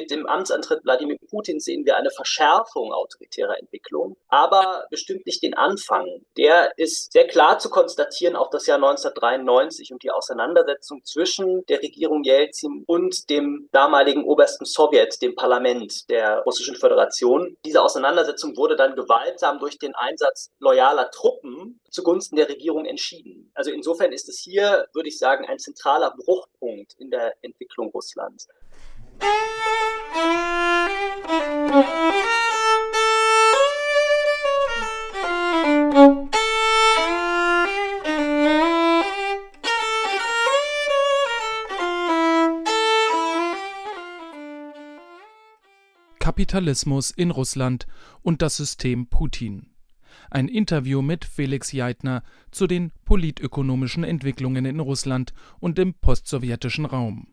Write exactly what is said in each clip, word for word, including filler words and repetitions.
mit dem Amtsantritt Wladimir Putins sehen wir eine Verschärfung autoritärer Entwicklung, aber bestimmt nicht den Anfang. Der ist sehr klar zu konstatieren, auch das Jahr neunzehnhundertdreiundneunzig und die Auseinandersetzung zwischen der Regierung Jelzin und dem damaligen obersten Sowjet, dem Parlament der Russischen Föderation. Diese Auseinandersetzung wurde dann gewaltsam durch den Einsatz loyaler Truppen zugunsten der Regierung entschieden. Also insofern ist es hier, würde ich sagen, ein zentraler Bruchpunkt in der Entwicklung Russlands. Kapitalismus in Russland und das System Putin. Ein Interview mit Felix Jaithner zu den politökonomischen Entwicklungen in Russland und im postsowjetischen Raum.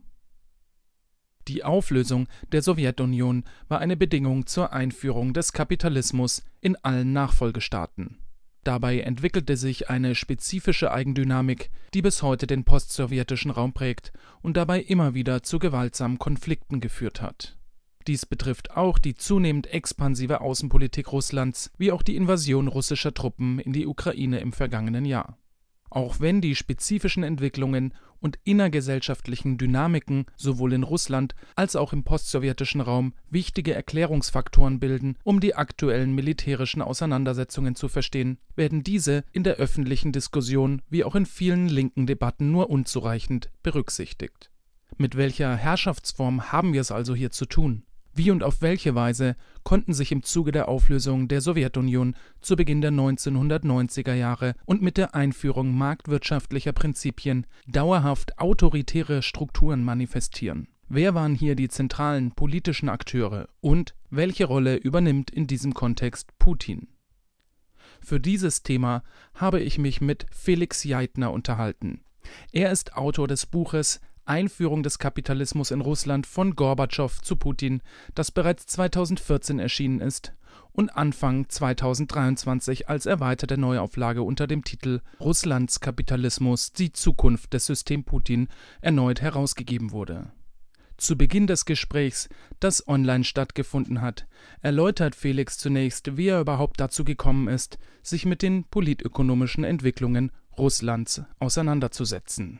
Die Auflösung der Sowjetunion war eine Bedingung zur Einführung des Kapitalismus in allen Nachfolgestaaten. Dabei entwickelte sich eine spezifische Eigendynamik, die bis heute den postsowjetischen Raum prägt und dabei immer wieder zu gewaltsamen Konflikten geführt hat. Dies betrifft auch die zunehmend expansive Außenpolitik Russlands, wie auch die Invasion russischer Truppen in die Ukraine im vergangenen Jahr. Auch wenn die spezifischen Entwicklungen und innergesellschaftlichen Dynamiken sowohl in Russland als auch im postsowjetischen Raum wichtige Erklärungsfaktoren bilden, um die aktuellen militärischen Auseinandersetzungen zu verstehen, werden diese in der öffentlichen Diskussion wie auch in vielen linken Debatten nur unzureichend berücksichtigt. Mit welcher Herrschaftsform haben wir es also hier zu tun? Wie und auf welche Weise konnten sich im Zuge der Auflösung der Sowjetunion zu Beginn der neunzehnhundertneunziger Jahre und mit der Einführung marktwirtschaftlicher Prinzipien dauerhaft autoritäre Strukturen manifestieren? Wer waren hier die zentralen politischen Akteure und welche Rolle übernimmt in diesem Kontext Putin? Für dieses Thema habe ich mich mit Felix Jaithner unterhalten. Er ist Autor des Buches Einführung des Kapitalismus in Russland von Gorbatschow zu Putin, das bereits zweitausendvierzehn erschienen ist und Anfang zweitausenddreiundzwanzig als erweiterte Neuauflage unter dem Titel Russlands Kapitalismus – Die Zukunft des Systems Putin erneut herausgegeben wurde. Zu Beginn des Gesprächs, das online stattgefunden hat, erläutert Felix zunächst, wie er überhaupt dazu gekommen ist, sich mit den politökonomischen Entwicklungen Russlands auseinanderzusetzen.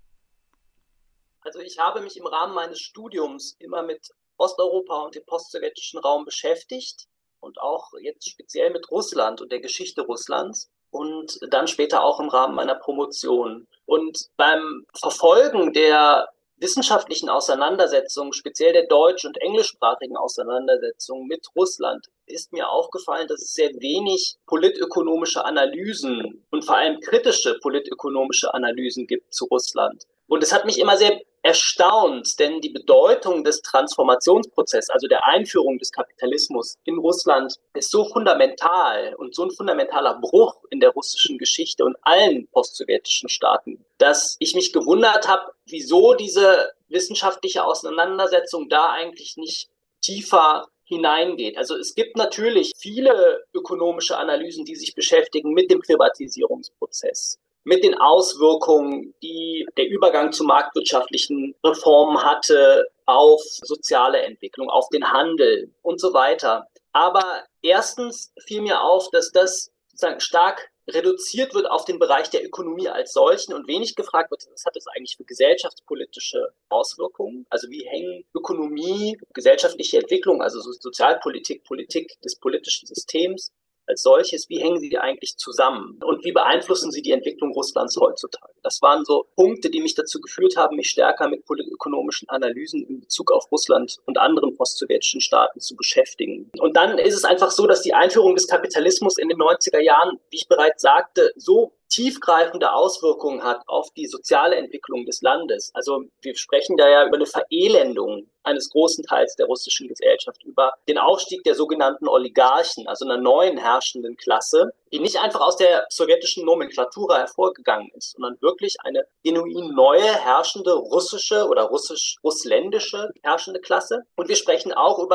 Also ich habe mich im Rahmen meines Studiums immer mit Osteuropa und dem postsowjetischen Raum beschäftigt und auch jetzt speziell mit Russland und der Geschichte Russlands und dann später auch im Rahmen meiner Promotion. Und beim Verfolgen der wissenschaftlichen Auseinandersetzungen, speziell der deutsch- und englischsprachigen Auseinandersetzungen mit Russland, ist mir aufgefallen, dass es sehr wenig politökonomische Analysen und vor allem kritische politökonomische Analysen gibt zu Russland. Und es hat mich immer sehr erstaunt, denn die Bedeutung des Transformationsprozesses, also der Einführung des Kapitalismus in Russland, ist so fundamental und so ein fundamentaler Bruch in der russischen Geschichte und allen postsowjetischen Staaten, dass ich mich gewundert habe, wieso diese wissenschaftliche Auseinandersetzung da eigentlich nicht tiefer hineingeht. Also es gibt natürlich viele ökonomische Analysen, die sich beschäftigen mit dem Privatisierungsprozess, mit den Auswirkungen, die der Übergang zu marktwirtschaftlichen Reformen hatte auf soziale Entwicklung, auf den Handel und so weiter. Aber erstens fiel mir auf, dass das sozusagen stark reduziert wird auf den Bereich der Ökonomie als solchen und wenig gefragt wird, was hat das eigentlich für gesellschaftspolitische Auswirkungen? Also wie hängen Ökonomie, gesellschaftliche Entwicklung, also Sozialpolitik, Politik des politischen Systems als solches, wie hängen sie eigentlich zusammen und wie beeinflussen sie die Entwicklung Russlands heutzutage? Das waren so Punkte, die mich dazu geführt haben, mich stärker mit politökonomischen Analysen in Bezug auf Russland und anderen postsowjetischen Staaten zu beschäftigen. Und dann ist es einfach so, dass die Einführung des Kapitalismus in den neunziger Jahren, wie ich bereits sagte, so tiefgreifende Auswirkungen hat auf die soziale Entwicklung des Landes. Also wir sprechen da ja über eine Verelendung eines großen Teils der russischen Gesellschaft, über den Aufstieg der sogenannten Oligarchen, also einer neuen herrschenden Klasse, die nicht einfach aus der sowjetischen Nomenklatura hervorgegangen ist, sondern wirklich eine genuin neue herrschende russische oder russisch-russländische herrschende Klasse. Und wir sprechen auch über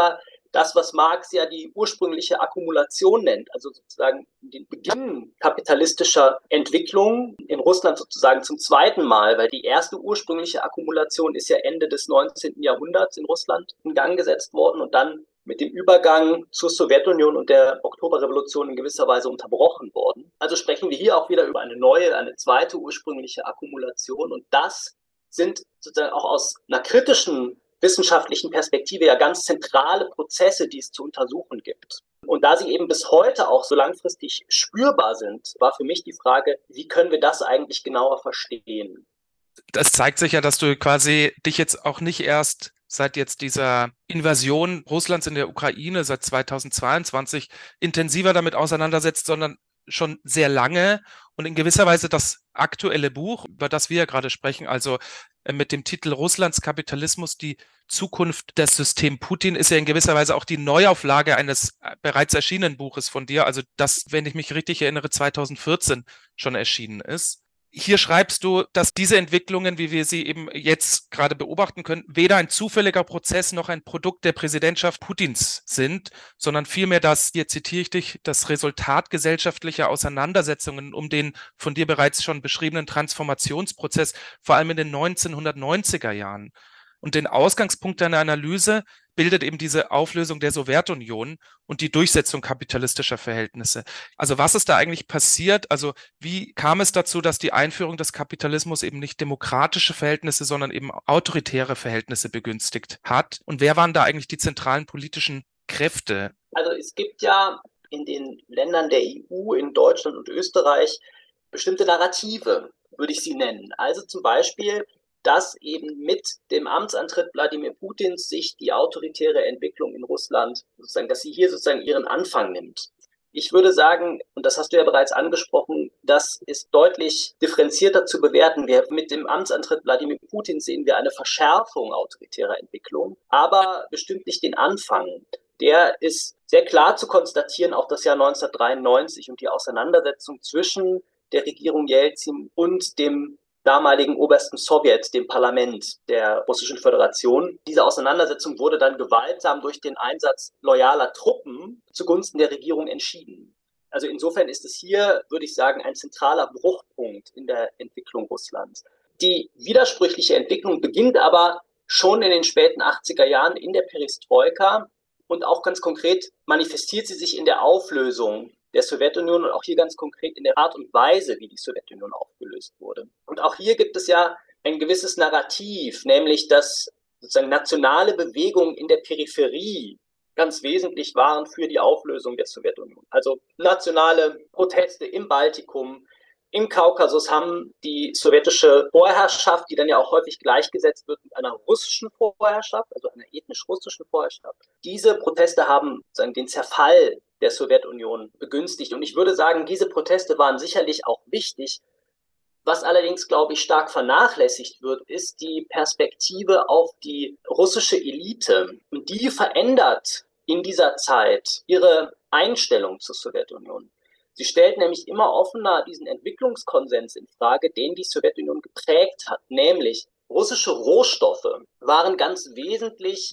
das, was Marx ja die ursprüngliche Akkumulation nennt, also sozusagen den Beginn kapitalistischer Entwicklung in Russland sozusagen zum zweiten Mal, weil die erste ursprüngliche Akkumulation ist ja Ende des neunzehnten Jahrhunderts in Russland in Gang gesetzt worden und dann mit dem Übergang zur Sowjetunion und der Oktoberrevolution in gewisser Weise unterbrochen worden. Also sprechen wir hier auch wieder über eine neue, eine zweite ursprüngliche Akkumulation und das sind sozusagen auch aus einer kritischen wissenschaftlichen Perspektive ja ganz zentrale Prozesse, die es zu untersuchen gibt. Und da sie eben bis heute auch so langfristig spürbar sind, war für mich die Frage, wie können wir das eigentlich genauer verstehen? Das zeigt sich ja, dass du quasi dich jetzt auch nicht erst seit jetzt dieser Invasion Russlands in der Ukraine seit zweitausendzweiundzwanzig intensiver damit auseinandersetzt, sondern schon sehr lange und in gewisser Weise das aktuelle Buch, über das wir ja gerade sprechen, also mit dem Titel Russlands Kapitalismus, die Zukunft des Systems Putin, ist ja in gewisser Weise auch die Neuauflage eines bereits erschienenen Buches von dir, also das, wenn ich mich richtig erinnere, zweitausendvierzehn schon erschienen ist. Hier schreibst du, dass diese Entwicklungen, wie wir sie eben jetzt gerade beobachten können, weder ein zufälliger Prozess noch ein Produkt der Präsidentschaft Putins sind, sondern vielmehr das, hier zitiere ich dich, das Resultat gesellschaftlicher Auseinandersetzungen um den von dir bereits schon beschriebenen Transformationsprozess, vor allem in den neunzehnhundertneunziger Jahren. Und den Ausgangspunkt deiner Analyse bildet eben diese Auflösung der Sowjetunion und die Durchsetzung kapitalistischer Verhältnisse. Also was ist da eigentlich passiert? Also wie kam es dazu, dass die Einführung des Kapitalismus eben nicht demokratische Verhältnisse, sondern eben autoritäre Verhältnisse begünstigt hat? Und wer waren da eigentlich die zentralen politischen Kräfte? Also es gibt ja in den Ländern der E U, in Deutschland und Österreich, bestimmte Narrative, würde ich sie nennen. Also zum Beispiel, dass eben mit dem Amtsantritt Wladimir Putins sich die autoritäre Entwicklung in Russland, sozusagen, dass sie hier sozusagen ihren Anfang nimmt. Ich würde sagen, und das hast du ja bereits angesprochen, das ist deutlich differenzierter zu bewerten. Wir, mit dem Amtsantritt Wladimir Putins sehen wir eine Verschärfung autoritärer Entwicklung, aber bestimmt nicht den Anfang. Der ist sehr klar zu konstatieren, auch das Jahr neunzehnhundertdreiundneunzig und die Auseinandersetzung zwischen der Regierung Jelzin und dem damaligen obersten Sowjet, dem Parlament der Russischen Föderation. Diese Auseinandersetzung wurde dann gewaltsam durch den Einsatz loyaler Truppen zugunsten der Regierung entschieden. Also insofern ist es hier, würde ich sagen, ein zentraler Bruchpunkt in der Entwicklung Russlands. Die widersprüchliche Entwicklung beginnt aber schon in den späten achtziger Jahren in der Perestroika und auch ganz konkret manifestiert sie sich in der Auflösung der Sowjetunion und auch hier ganz konkret in der Art und Weise, wie die Sowjetunion aufgelöst wurde. Und auch hier gibt es ja ein gewisses Narrativ, nämlich dass sozusagen nationale Bewegungen in der Peripherie ganz wesentlich waren für die Auflösung der Sowjetunion. Also nationale Proteste im Baltikum, im Kaukasus haben die sowjetische Vorherrschaft, die dann ja auch häufig gleichgesetzt wird mit einer russischen Vorherrschaft, also einer ethnisch-russischen Vorherrschaft. Diese Proteste haben sozusagen den Zerfall der Sowjetunion begünstigt. Und ich würde sagen, diese Proteste waren sicherlich auch wichtig. Was allerdings, glaube ich, stark vernachlässigt wird, ist die Perspektive auf die russische Elite. Und die verändert in dieser Zeit ihre Einstellung zur Sowjetunion. Sie stellt nämlich immer offener diesen Entwicklungskonsens in Frage, den die Sowjetunion geprägt hat, nämlich russische Rohstoffe waren ganz wesentlich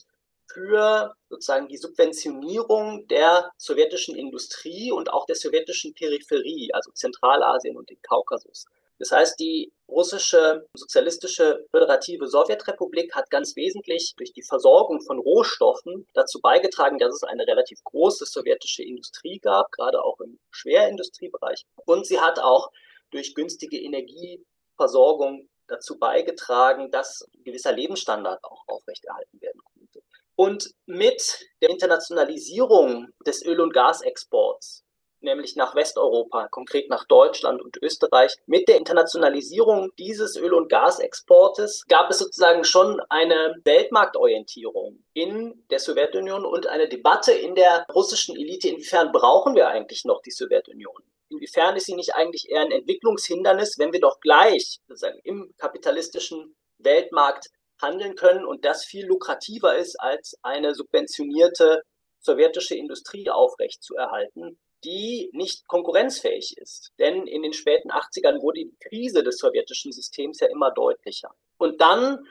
für sozusagen die Subventionierung der sowjetischen Industrie und auch der sowjetischen Peripherie, also Zentralasien und den Kaukasus. Das heißt, die russische sozialistische föderative Sowjetrepublik hat ganz wesentlich durch die Versorgung von Rohstoffen dazu beigetragen, dass es eine relativ große sowjetische Industrie gab, gerade auch im Schwerindustriebereich. Und sie hat auch durch günstige Energieversorgung dazu beigetragen, dass ein gewisser Lebensstandard auch aufrechterhalten werden konnte. Und mit der Internationalisierung des Öl- und Gasexports, nämlich nach Westeuropa, konkret nach Deutschland und Österreich, mit der Internationalisierung dieses Öl- und Gasexportes gab es sozusagen schon eine Weltmarktorientierung in der Sowjetunion und eine Debatte in der russischen Elite, inwiefern brauchen wir eigentlich noch die Sowjetunion? Inwiefern ist sie nicht eigentlich eher ein Entwicklungshindernis, wenn wir doch gleich sozusagen im kapitalistischen Weltmarkt handeln können und das viel lukrativer ist, als eine subventionierte sowjetische Industrie aufrechtzuerhalten, die nicht konkurrenzfähig ist. Denn in den späten achtzigern wurde die Krise des sowjetischen Systems ja immer deutlicher. Und dann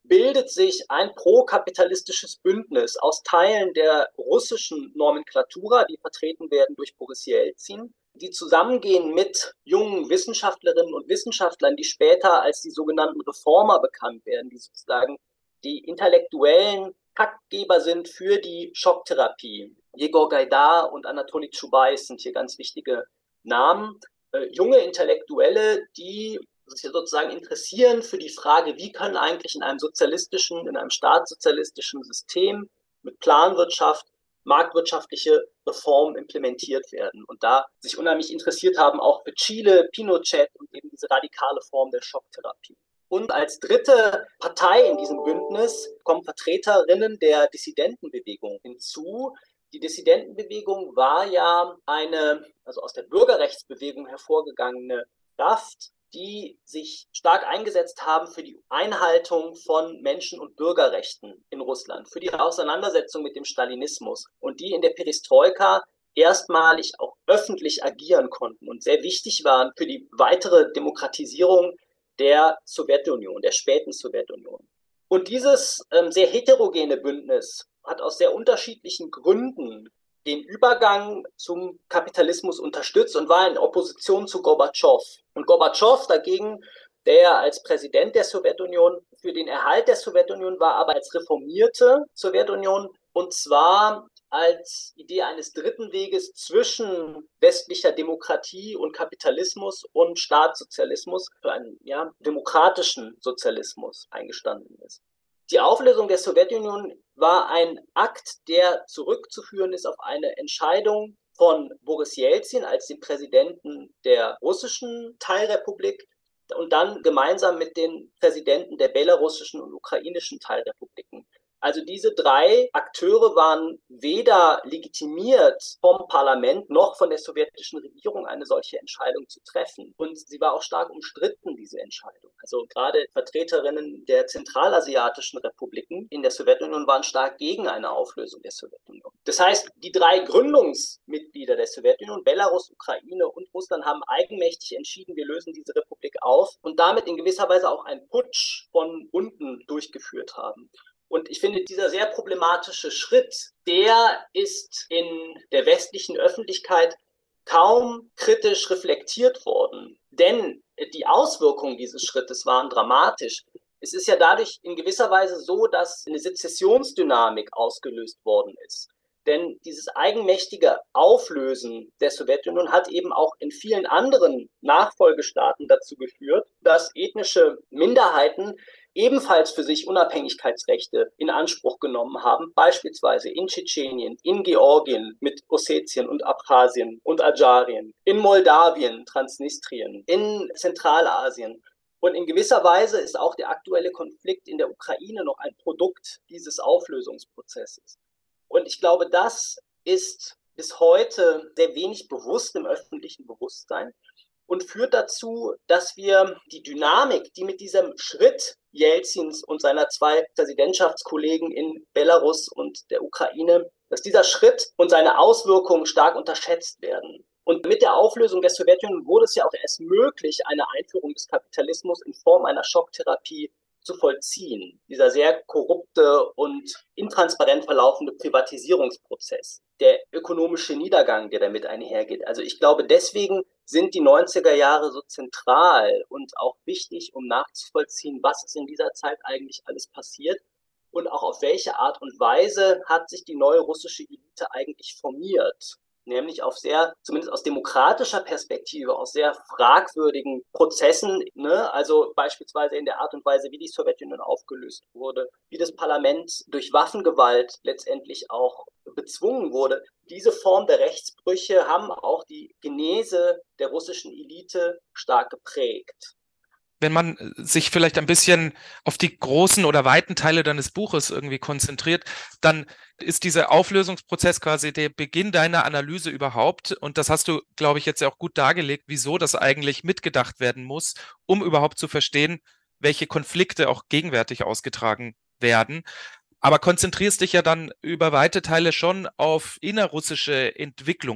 bildet sich ein pro-kapitalistisches Bündnis aus Teilen der russischen Nomenklatura, die vertreten werden durch Boris Jelzin, die zusammengehen mit jungen Wissenschaftlerinnen und Wissenschaftlern, die später als die sogenannten Reformer bekannt werden, die sozusagen die intellektuellen Taktgeber sind für die Schocktherapie. Jegor Gaidar und Anatoli Chubais sind hier ganz wichtige Namen. Äh, junge Intellektuelle, die sich sozusagen interessieren für die Frage, wie können eigentlich in einem sozialistischen, in einem staatssozialistischen System mit Planwirtschaft marktwirtschaftliche Reformen implementiert werden und da sich unheimlich interessiert haben, auch für Chile, Pinochet und eben diese radikale Form der Schocktherapie. Und als dritte Partei in diesem Bündnis kommen Vertreterinnen der Dissidentenbewegung hinzu. Die Dissidentenbewegung war ja eine, also aus der Bürgerrechtsbewegung hervorgegangene Kraft, die sich stark eingesetzt haben für die Einhaltung von Menschen- und Bürgerrechten in Russland, für die Auseinandersetzung mit dem Stalinismus und die in der Perestroika erstmalig auch öffentlich agieren konnten und sehr wichtig waren für die weitere Demokratisierung der Sowjetunion, der späten Sowjetunion. Und dieses ähm, sehr heterogene Bündnis hat aus sehr unterschiedlichen Gründen den Übergang zum Kapitalismus unterstützt und war in Opposition zu Gorbatschow. Und Gorbatschow dagegen, der als Präsident der Sowjetunion für den Erhalt der Sowjetunion war, aber als reformierte Sowjetunion, und zwar als Idee eines dritten Weges zwischen westlicher Demokratie und Kapitalismus und Staatssozialismus für einen ja, demokratischen Sozialismus eingestanden ist. Die Auflösung der Sowjetunion war ein Akt, der zurückzuführen ist auf eine Entscheidung von Boris Jelzin als dem Präsidenten der russischen Teilrepublik und dann gemeinsam mit den Präsidenten der belarussischen und ukrainischen Teilrepubliken. Also diese drei Akteure waren weder legitimiert vom Parlament noch von der sowjetischen Regierung, eine solche Entscheidung zu treffen. Und sie war auch stark umstritten, diese Entscheidung. Also gerade Vertreterinnen der zentralasiatischen Republiken in der Sowjetunion waren stark gegen eine Auflösung der Sowjetunion. Das heißt, die drei Gründungsmitglieder der Sowjetunion, Belarus, Ukraine und Russland, haben eigenmächtig entschieden, wir lösen diese Republik auf und damit in gewisser Weise auch einen Putsch von unten durchgeführt haben. Und ich finde, dieser sehr problematische Schritt, der ist in der westlichen Öffentlichkeit kaum kritisch reflektiert worden. Denn die Auswirkungen dieses Schrittes waren dramatisch. Es ist ja dadurch in gewisser Weise so, dass eine Sezessionsdynamik ausgelöst worden ist. Denn dieses eigenmächtige Auflösen der Sowjetunion hat eben auch in vielen anderen Nachfolgestaaten dazu geführt, dass ethnische Minderheiten ebenfalls für sich Unabhängigkeitsrechte in Anspruch genommen haben, beispielsweise in Tschetschenien, in Georgien mit Ossetien und Abchasien und Adscharien, in Moldawien, Transnistrien, in Zentralasien. Und in gewisser Weise ist auch der aktuelle Konflikt in der Ukraine noch ein Produkt dieses Auflösungsprozesses. Und ich glaube, das ist bis heute sehr wenig bewusst im öffentlichen Bewusstsein und führt dazu, dass wir die Dynamik, die mit diesem Schritt Jelzins und seiner zwei Präsidentschaftskollegen in Belarus und der Ukraine, dass dieser Schritt und seine Auswirkungen stark unterschätzt werden. Und mit der Auflösung der Sowjetunion wurde es ja auch erst möglich, eine Einführung des Kapitalismus in Form einer Schocktherapie zu vollziehen. Dieser sehr korrupte und intransparent verlaufende Privatisierungsprozess, der ökonomische Niedergang, der damit einhergeht. Also ich glaube, deswegen sind die neunziger Jahre so zentral und auch wichtig, um nachzuvollziehen, was ist in dieser Zeit eigentlich alles passiert und auch auf welche Art und Weise hat sich die neue russische Elite eigentlich formiert. Nämlich auf sehr, zumindest aus demokratischer Perspektive, aus sehr fragwürdigen Prozessen, ne? Also beispielsweise in der Art und Weise, wie die Sowjetunion aufgelöst wurde, wie das Parlament durch Waffengewalt letztendlich auch bezwungen wurde. Diese Form der Rechtsbrüche haben auch die Genese der russischen Elite stark geprägt. Wenn man sich vielleicht ein bisschen auf die großen oder weiten Teile deines Buches irgendwie konzentriert, dann ist dieser Auflösungsprozess quasi der Beginn deiner Analyse überhaupt. Und das hast du, glaube ich, jetzt ja auch gut dargelegt, wieso das eigentlich mitgedacht werden muss, um überhaupt zu verstehen, welche Konflikte auch gegenwärtig ausgetragen werden. Aber konzentrierst dich ja dann über weite Teile schon auf innerrussische Entwicklungen.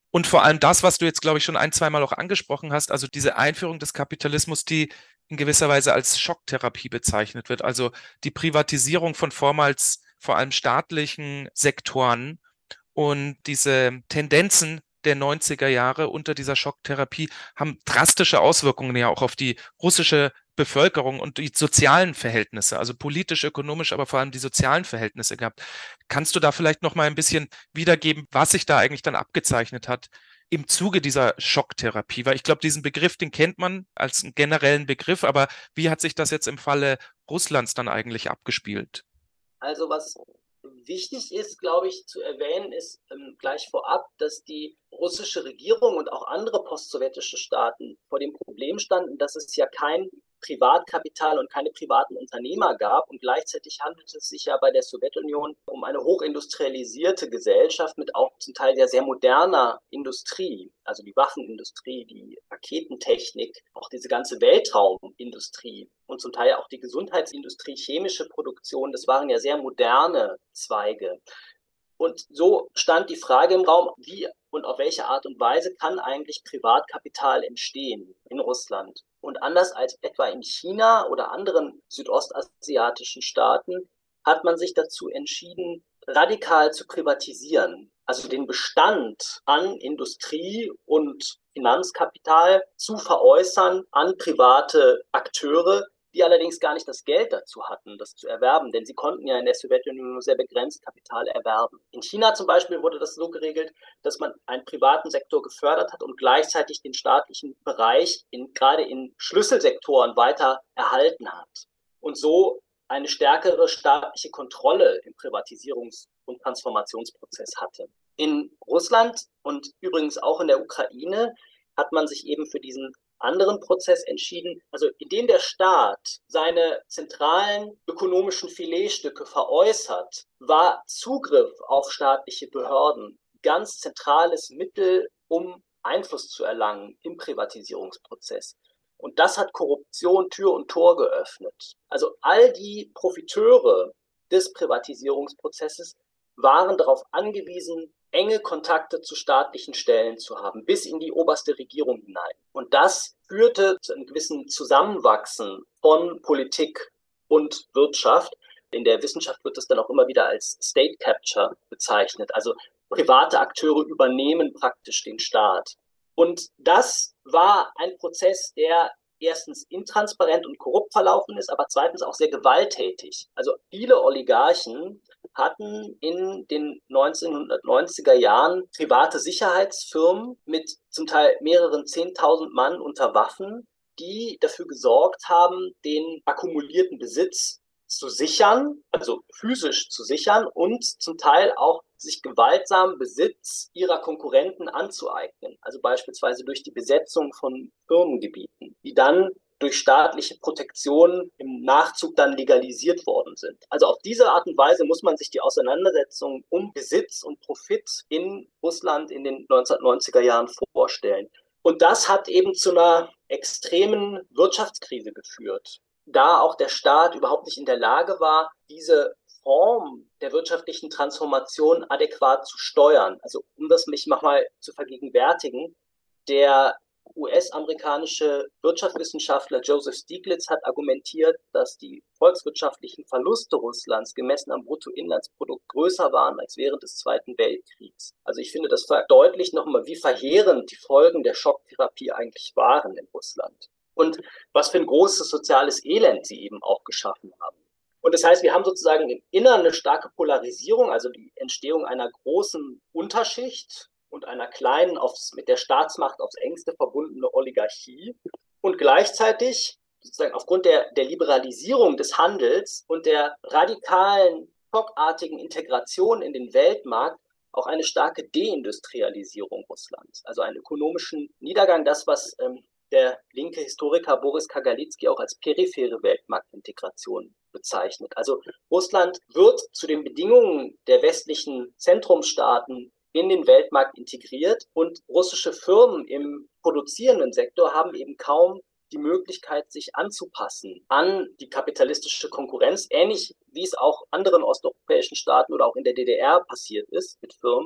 Und vor allem das, was du jetzt, glaube ich, schon ein, zweimal auch angesprochen hast, also diese Einführung des Kapitalismus, die in gewisser Weise als Schocktherapie bezeichnet wird. Also die Privatisierung von vormals vor allem staatlichen Sektoren und diese Tendenzen der neunziger Jahre unter dieser Schocktherapie haben drastische Auswirkungen ja auch auf die russische Bevölkerung und die sozialen Verhältnisse, also politisch, ökonomisch, aber vor allem die sozialen Verhältnisse gehabt. Kannst du da vielleicht noch mal ein bisschen wiedergeben, was sich da eigentlich dann abgezeichnet hat im Zuge dieser Schocktherapie? Weil ich glaube, diesen Begriff, den kennt man als einen generellen Begriff, aber wie hat sich das jetzt im Falle Russlands dann eigentlich abgespielt? Also was wichtig ist, glaube ich, zu erwähnen, ist ähm, gleich vorab, dass die russische Regierung und auch andere postsowjetische Staaten vor dem Problem standen, dass es ja kein Privatkapital und keine privaten Unternehmer gab. Und gleichzeitig handelte es sich ja bei der Sowjetunion um eine hochindustrialisierte Gesellschaft mit auch zum Teil ja sehr moderner Industrie, also die Waffenindustrie, die Raketentechnik, auch diese ganze Weltraumindustrie und zum Teil auch die Gesundheitsindustrie, chemische Produktion. Das waren ja sehr moderne Zweige. Und so stand die Frage im Raum, wie und auf welche Art und Weise kann eigentlich Privatkapital entstehen in Russland? Und anders als etwa in China oder anderen südostasiatischen Staaten hat man sich dazu entschieden, radikal zu privatisieren, also den Bestand an Industrie und Finanzkapital zu veräußern an private Akteure, die allerdings gar nicht das Geld dazu hatten, das zu erwerben, denn sie konnten ja in der Sowjetunion nur sehr begrenzt Kapital erwerben. In China zum Beispiel wurde das so geregelt, dass man einen privaten Sektor gefördert hat und gleichzeitig den staatlichen Bereich in, gerade in Schlüsselsektoren weiter erhalten hat. Und so eine stärkere staatliche Kontrolle im Privatisierungs- und Transformationsprozess hatte. In Russland und übrigens auch in der Ukraine hat man sich eben für diesen anderen Prozess entschieden, also indem der Staat seine zentralen ökonomischen Filetstücke veräußert, war Zugriff auf staatliche Behörden ganz zentrales Mittel, um Einfluss zu erlangen im Privatisierungsprozess. Und das hat Korruption Tür und Tor geöffnet. Also all die Profiteure des Privatisierungsprozesses waren darauf angewiesen, enge Kontakte zu staatlichen Stellen zu haben, bis in die oberste Regierung hinein. Und das führte zu einem gewissen Zusammenwachsen von Politik und Wirtschaft. In der Wissenschaft wird das dann auch immer wieder als State Capture bezeichnet. Also private Akteure übernehmen praktisch den Staat. Und das war ein Prozess, der erstens intransparent und korrupt verlaufen ist, aber zweitens auch sehr gewalttätig. Also viele Oligarchen hatten in den neunzehnhundertneunziger Jahren private Sicherheitsfirmen mit zum Teil mehreren zehntausend Mann unter Waffen, die dafür gesorgt haben, den akkumulierten Besitz zu sichern, also physisch zu sichern und zum Teil auch sich gewaltsam Besitz ihrer Konkurrenten anzueignen, also beispielsweise durch die Besetzung von Firmengebieten, die dann durch staatliche Protektion im Nachzug dann legalisiert worden sind. Also auf diese Art und Weise muss man sich die Auseinandersetzung um Besitz und Profit in Russland in den neunzehnhundertneunziger Jahren vorstellen. Und das hat eben zu einer extremen Wirtschaftskrise geführt, da auch der Staat überhaupt nicht in der Lage war, diese Form der wirtschaftlichen Transformation adäquat zu steuern. Also um das mich nochmal zu vergegenwärtigen, der U S-amerikanische Wirtschaftswissenschaftler Joseph Stiglitz hat argumentiert, dass die volkswirtschaftlichen Verluste Russlands gemessen am Bruttoinlandsprodukt größer waren als während des Zweiten Weltkriegs. Also ich finde, das verdeutlicht nochmal, wie verheerend die Folgen der Schocktherapie eigentlich waren in Russland. Und was für ein großes soziales Elend sie eben auch geschaffen haben. Und das heißt, wir haben sozusagen im Inneren eine starke Polarisierung, also die Entstehung einer großen Unterschicht und einer kleinen, aufs, mit der Staatsmacht aufs engste verbundene Oligarchie. Und gleichzeitig sozusagen aufgrund der, der Liberalisierung des Handels und der radikalen, schockartigen Integration in den Weltmarkt auch eine starke Deindustrialisierung Russlands, also einen ökonomischen Niedergang, das, was ähm, der linke Historiker Boris Kagarlitsky auch als periphere Weltmarktintegration bezeichnet. Also Russland wird zu den Bedingungen der westlichen Zentrumsstaaten in den Weltmarkt integriert und russische Firmen im produzierenden Sektor haben eben kaum die Möglichkeit, sich anzupassen an die kapitalistische Konkurrenz, ähnlich wie es auch anderen osteuropäischen Staaten oder auch in der D D R passiert ist mit Firmen.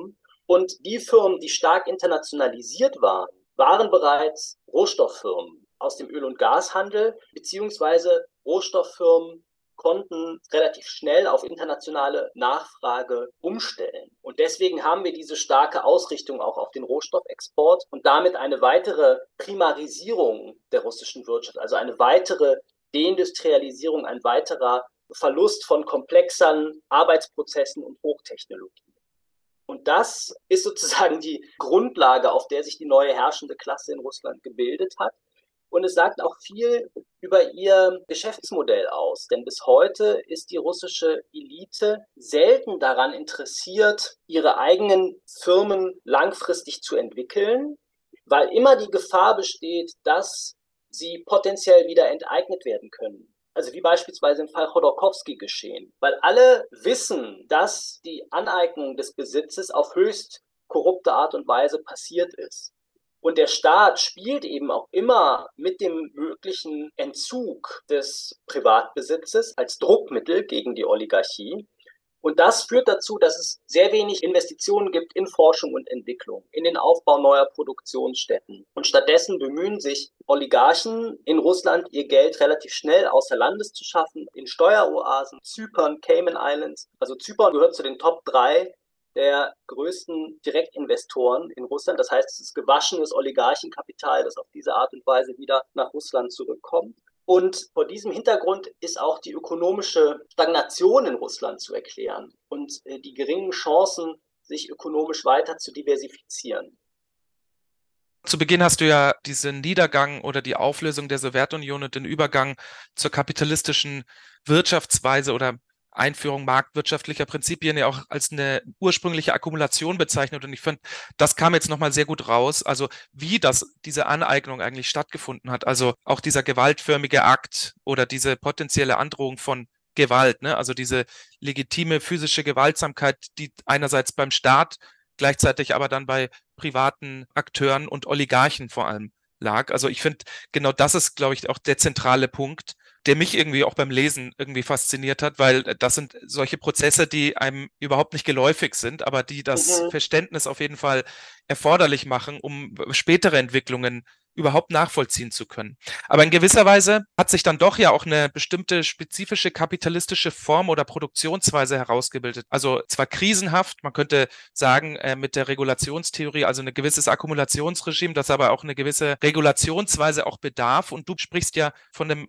Und die Firmen, die stark internationalisiert waren, waren bereits Rohstofffirmen aus dem Öl- und Gashandel, beziehungsweise Rohstofffirmen konnten relativ schnell auf internationale Nachfrage umstellen. Und deswegen haben wir diese starke Ausrichtung auch auf den Rohstoffexport und damit eine weitere Primarisierung der russischen Wirtschaft, also eine weitere Deindustrialisierung, ein weiterer Verlust von komplexen Arbeitsprozessen und Hochtechnologie. Und das ist sozusagen die Grundlage, auf der sich die neue herrschende Klasse in Russland gebildet hat. Und es sagt auch viel über ihr Geschäftsmodell aus. Denn bis heute ist die russische Elite selten daran interessiert, ihre eigenen Firmen langfristig zu entwickeln, weil immer die Gefahr besteht, dass sie potenziell wieder enteignet werden können. Also wie beispielsweise im Fall Chodorkowski geschehen. Weil alle wissen, dass die Aneignung des Besitzes auf höchst korrupte Art und Weise passiert ist. Und der Staat spielt eben auch immer mit dem möglichen Entzug des Privatbesitzes als Druckmittel gegen die Oligarchie. Und das führt dazu, dass es sehr wenig Investitionen gibt in Forschung und Entwicklung, in den Aufbau neuer Produktionsstätten. Und stattdessen bemühen sich Oligarchen in Russland, ihr Geld relativ schnell außer Landes zu schaffen, in Steueroasen, Zypern, Cayman Islands. Also Zypern gehört zu den Top drei der größten Direktinvestoren in Russland. Das heißt, es ist gewaschenes Oligarchenkapital, das auf diese Art und Weise wieder nach Russland zurückkommt. Und vor diesem Hintergrund ist auch die ökonomische Stagnation in Russland zu erklären und die geringen Chancen, sich ökonomisch weiter zu diversifizieren. Zu Beginn hast du ja diesen Niedergang oder die Auflösung der Sowjetunion und den Übergang zur kapitalistischen Wirtschaftsweise oder Einführung marktwirtschaftlicher Prinzipien ja auch als eine ursprüngliche Akkumulation bezeichnet. Und ich finde, das kam jetzt nochmal sehr gut raus. Also wie das, diese Aneignung eigentlich stattgefunden hat. Also auch dieser gewaltförmige Akt oder diese potenzielle Androhung von Gewalt, ne? Also diese legitime physische Gewaltsamkeit, die einerseits beim Staat, gleichzeitig aber dann bei privaten Akteuren und Oligarchen vor allem lag. Also ich finde, genau das ist, glaube ich, auch der zentrale Punkt, der mich irgendwie auch beim Lesen irgendwie fasziniert hat, weil das sind solche Prozesse, die einem überhaupt nicht geläufig sind, aber die das Mhm. Verständnis auf jeden Fall erforderlich machen, um spätere Entwicklungen überhaupt nachvollziehen zu können. Aber in gewisser Weise hat sich dann doch ja auch eine bestimmte spezifische kapitalistische Form oder Produktionsweise herausgebildet. Also zwar krisenhaft, man könnte sagen, äh, mit der Regulationstheorie, also ein gewisses Akkumulationsregime, das aber auch eine gewisse Regulationsweise auch bedarf. Und du sprichst ja von einem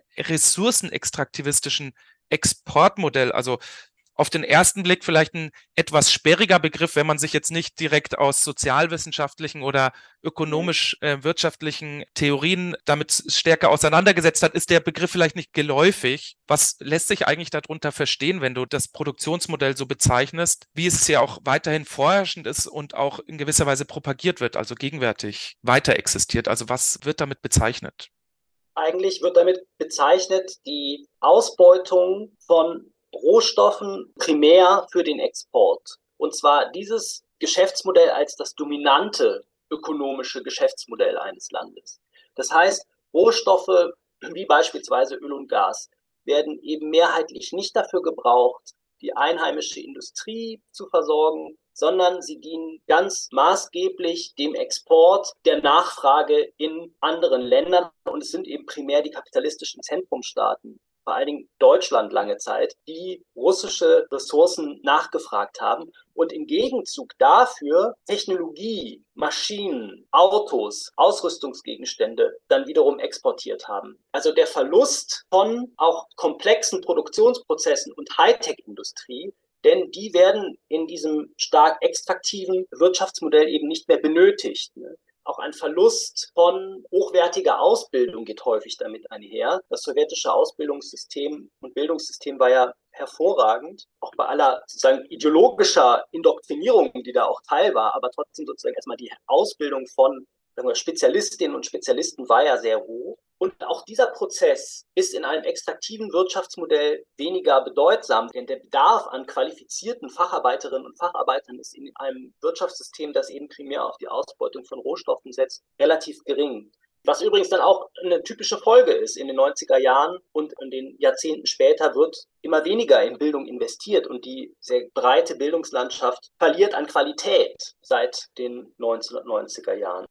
ressourcenextraktivistischen Exportmodell, also auf den ersten Blick vielleicht ein etwas sperriger Begriff, wenn man sich jetzt nicht direkt aus sozialwissenschaftlichen oder ökonomisch-wirtschaftlichen äh, Theorien damit stärker auseinandergesetzt hat, ist der Begriff vielleicht nicht geläufig. Was lässt sich eigentlich darunter verstehen, wenn du das Produktionsmodell so bezeichnest, wie es ja auch weiterhin vorherrschend ist und auch in gewisser Weise propagiert wird, also gegenwärtig weiter existiert? Also was wird damit bezeichnet? Eigentlich wird damit bezeichnet die Ausbeutung von Rohstoffen primär für den Export. Und zwar dieses Geschäftsmodell als das dominante ökonomische Geschäftsmodell eines Landes. Das heißt, Rohstoffe wie beispielsweise Öl und Gas werden eben mehrheitlich nicht dafür gebraucht, die einheimische Industrie zu versorgen, sondern sie dienen ganz maßgeblich dem Export der Nachfrage in anderen Ländern. Und es sind eben primär die kapitalistischen Zentrumstaaten, vor allen Dingen Deutschland lange Zeit, die russische Ressourcen nachgefragt haben und im Gegenzug dafür Technologie, Maschinen, Autos, Ausrüstungsgegenstände dann wiederum exportiert haben. Also der Verlust von auch komplexen Produktionsprozessen und Hightech-Industrie, denn die werden in diesem stark extraktiven Wirtschaftsmodell eben nicht mehr benötigt. Auch ein Verlust von hochwertiger Ausbildung geht häufig damit einher. Das sowjetische Ausbildungssystem und Bildungssystem war ja hervorragend, auch bei aller sozusagen ideologischer Indoktrinierung, die da auch Teil war, aber trotzdem sozusagen erstmal die Ausbildung von sagen wir, Spezialistinnen und Spezialisten war ja sehr hoch. Und auch dieser Prozess ist in einem extraktiven Wirtschaftsmodell weniger bedeutsam, denn der Bedarf an qualifizierten Facharbeiterinnen und Facharbeitern ist in einem Wirtschaftssystem, das eben primär auf die Ausbeutung von Rohstoffen setzt, relativ gering. Was übrigens dann auch eine typische Folge ist in den neunziger Jahren und in den Jahrzehnten später wird immer weniger in Bildung investiert und die sehr breite Bildungslandschaft verliert an Qualität seit den neunzehnhundertneunziger Jahren.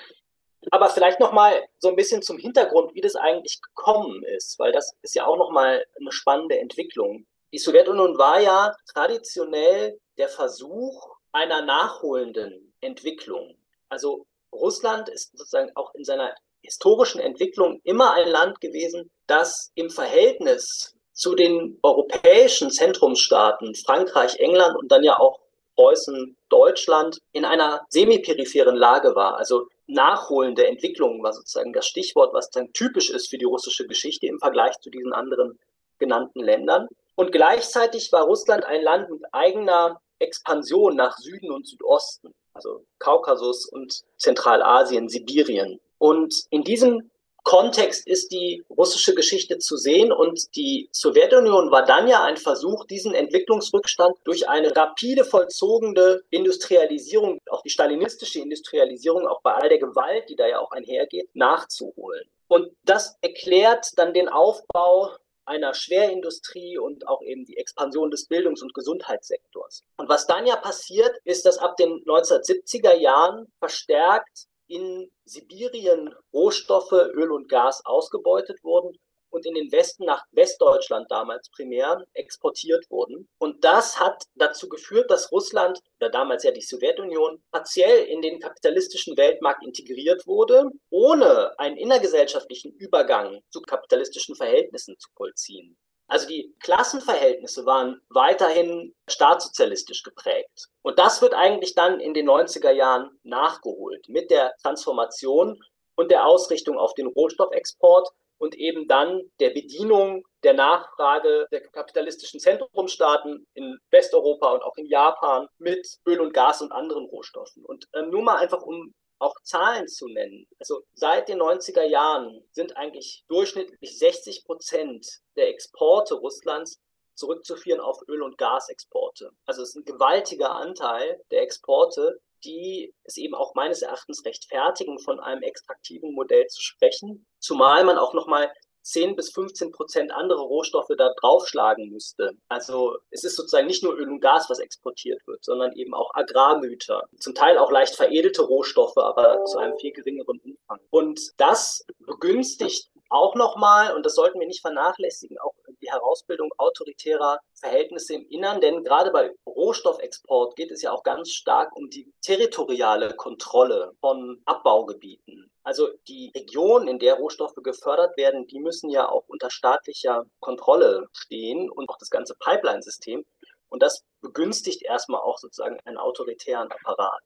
Aber vielleicht nochmal so ein bisschen zum Hintergrund, wie das eigentlich gekommen ist, weil das ist ja auch nochmal eine spannende Entwicklung. Die Sowjetunion war ja traditionell der Versuch einer nachholenden Entwicklung. Also Russland ist sozusagen auch in seiner historischen Entwicklung immer ein Land gewesen, das im Verhältnis zu den europäischen Zentrumsstaaten, Frankreich, England und dann ja auch Preußen, Deutschland, in einer semiperipheren Lage war. Also nachholende Entwicklung war sozusagen das Stichwort, was dann typisch ist für die russische Geschichte im Vergleich zu diesen anderen genannten Ländern. Und gleichzeitig war Russland ein Land mit eigener Expansion nach Süden und Südosten, also Kaukasus und Zentralasien, Sibirien. Und in diesem Kontext ist die russische Geschichte zu sehen und die Sowjetunion war dann ja ein Versuch, diesen Entwicklungsrückstand durch eine rapide vollzogene Industrialisierung, auch die stalinistische Industrialisierung, auch bei all der Gewalt, die da ja auch einhergeht, nachzuholen. Und das erklärt dann den Aufbau einer Schwerindustrie und auch eben die Expansion des Bildungs- und Gesundheitssektors. Und was dann ja passiert, ist, dass ab den neunzehnhundertsiebziger Jahren verstärkt in Sibirien Rohstoffe, Öl und Gas ausgebeutet wurden und in den Westen nach Westdeutschland damals primär exportiert wurden. Und das hat dazu geführt, dass Russland, oder damals ja die Sowjetunion, partiell in den kapitalistischen Weltmarkt integriert wurde, ohne einen innergesellschaftlichen Übergang zu kapitalistischen Verhältnissen zu vollziehen. Also die Klassenverhältnisse waren weiterhin staatssozialistisch geprägt. Und das wird eigentlich dann in den neunziger Jahren nachgeholt mit der Transformation und der Ausrichtung auf den Rohstoffexport und eben dann der Bedienung der Nachfrage der kapitalistischen Zentrumsstaaten in Westeuropa und auch in Japan mit Öl und Gas und anderen Rohstoffen. Und ähm, nur mal einfach, um auch Zahlen zu nennen. Also seit den neunziger Jahren sind eigentlich durchschnittlich sechzig Prozent der Exporte Russlands zurückzuführen auf Öl- und Gasexporte. Also es ist ein gewaltiger Anteil der Exporte, die es eben auch meines Erachtens rechtfertigen, von einem extraktiven Modell zu sprechen, zumal man auch nochmal zehn bis fünfzehn Prozent andere Rohstoffe da draufschlagen müsste. Also es ist sozusagen nicht nur Öl und Gas, was exportiert wird, sondern eben auch Agrargüter, zum Teil auch leicht veredelte Rohstoffe, aber zu einem viel geringeren Umfang. Und das begünstigt auch nochmal, und das sollten wir nicht vernachlässigen, auch die Herausbildung autoritärer Verhältnisse im Innern, denn gerade bei Rohstoffexport geht es ja auch ganz stark um die territoriale Kontrolle von Abbaugebieten. Also die Regionen, in der Rohstoffe gefördert werden, die müssen ja auch unter staatlicher Kontrolle stehen und auch das ganze Pipeline-System. Und das begünstigt erstmal auch sozusagen einen autoritären Apparat.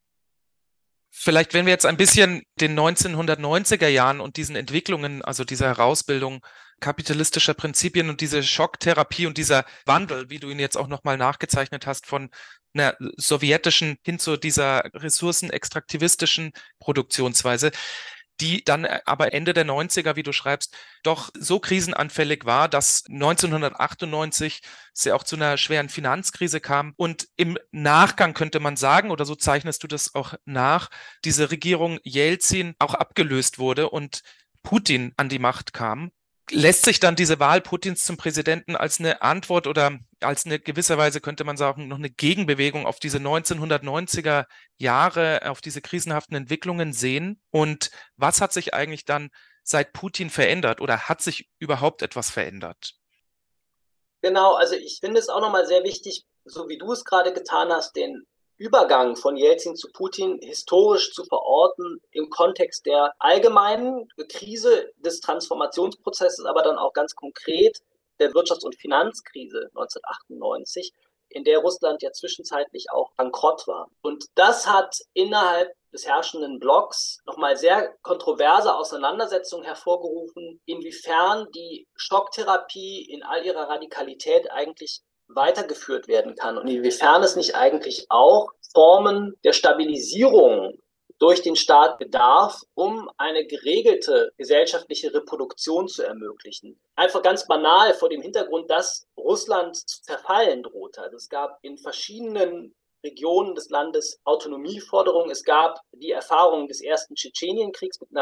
Vielleicht, wenn wir jetzt ein bisschen den neunzehnhundertneunziger Jahren und diesen Entwicklungen, also dieser Herausbildung kapitalistischer Prinzipien und diese Schocktherapie und dieser Wandel, wie du ihn jetzt auch nochmal nachgezeichnet hast, von einer sowjetischen hin zu dieser ressourcenextraktivistischen Produktionsweise, die dann aber Ende der neunziger, wie du schreibst, doch so krisenanfällig war, dass neunzehnhundertachtundneunzig es ja auch zu einer schweren Finanzkrise kam und im Nachgang könnte man sagen, oder so zeichnest du das auch nach, diese Regierung Jelzin auch abgelöst wurde und Putin an die Macht kam. Lässt sich dann diese Wahl Putins zum Präsidenten als eine Antwort oder als eine gewisserweise, könnte man sagen, noch eine Gegenbewegung auf diese neunzehnhundertneunziger Jahre, auf diese krisenhaften Entwicklungen sehen? Und was hat sich eigentlich dann seit Putin verändert oder hat sich überhaupt etwas verändert? Genau, also ich finde es auch nochmal sehr wichtig, so wie du es gerade getan hast, den Übergang von Jelzin zu Putin historisch zu verorten im Kontext der allgemeinen Krise des Transformationsprozesses, aber dann auch ganz konkret der Wirtschafts- und Finanzkrise neunzehnhundertachtundneunzig, in der Russland ja zwischenzeitlich auch bankrott war. Und das hat innerhalb des herrschenden Blocks nochmal sehr kontroverse Auseinandersetzungen hervorgerufen, inwiefern die Schocktherapie in all ihrer Radikalität eigentlich weitergeführt werden kann und inwiefern es nicht eigentlich auch Formen der Stabilisierung durch den Staat bedarf, um eine geregelte gesellschaftliche Reproduktion zu ermöglichen. Einfach ganz banal vor dem Hintergrund, dass Russland zu zerfallen drohte. Also es gab in verschiedenen Regionen des Landes Autonomieforderungen. Es gab die Erfahrungen des ersten Tschetschenienkriegs mit einer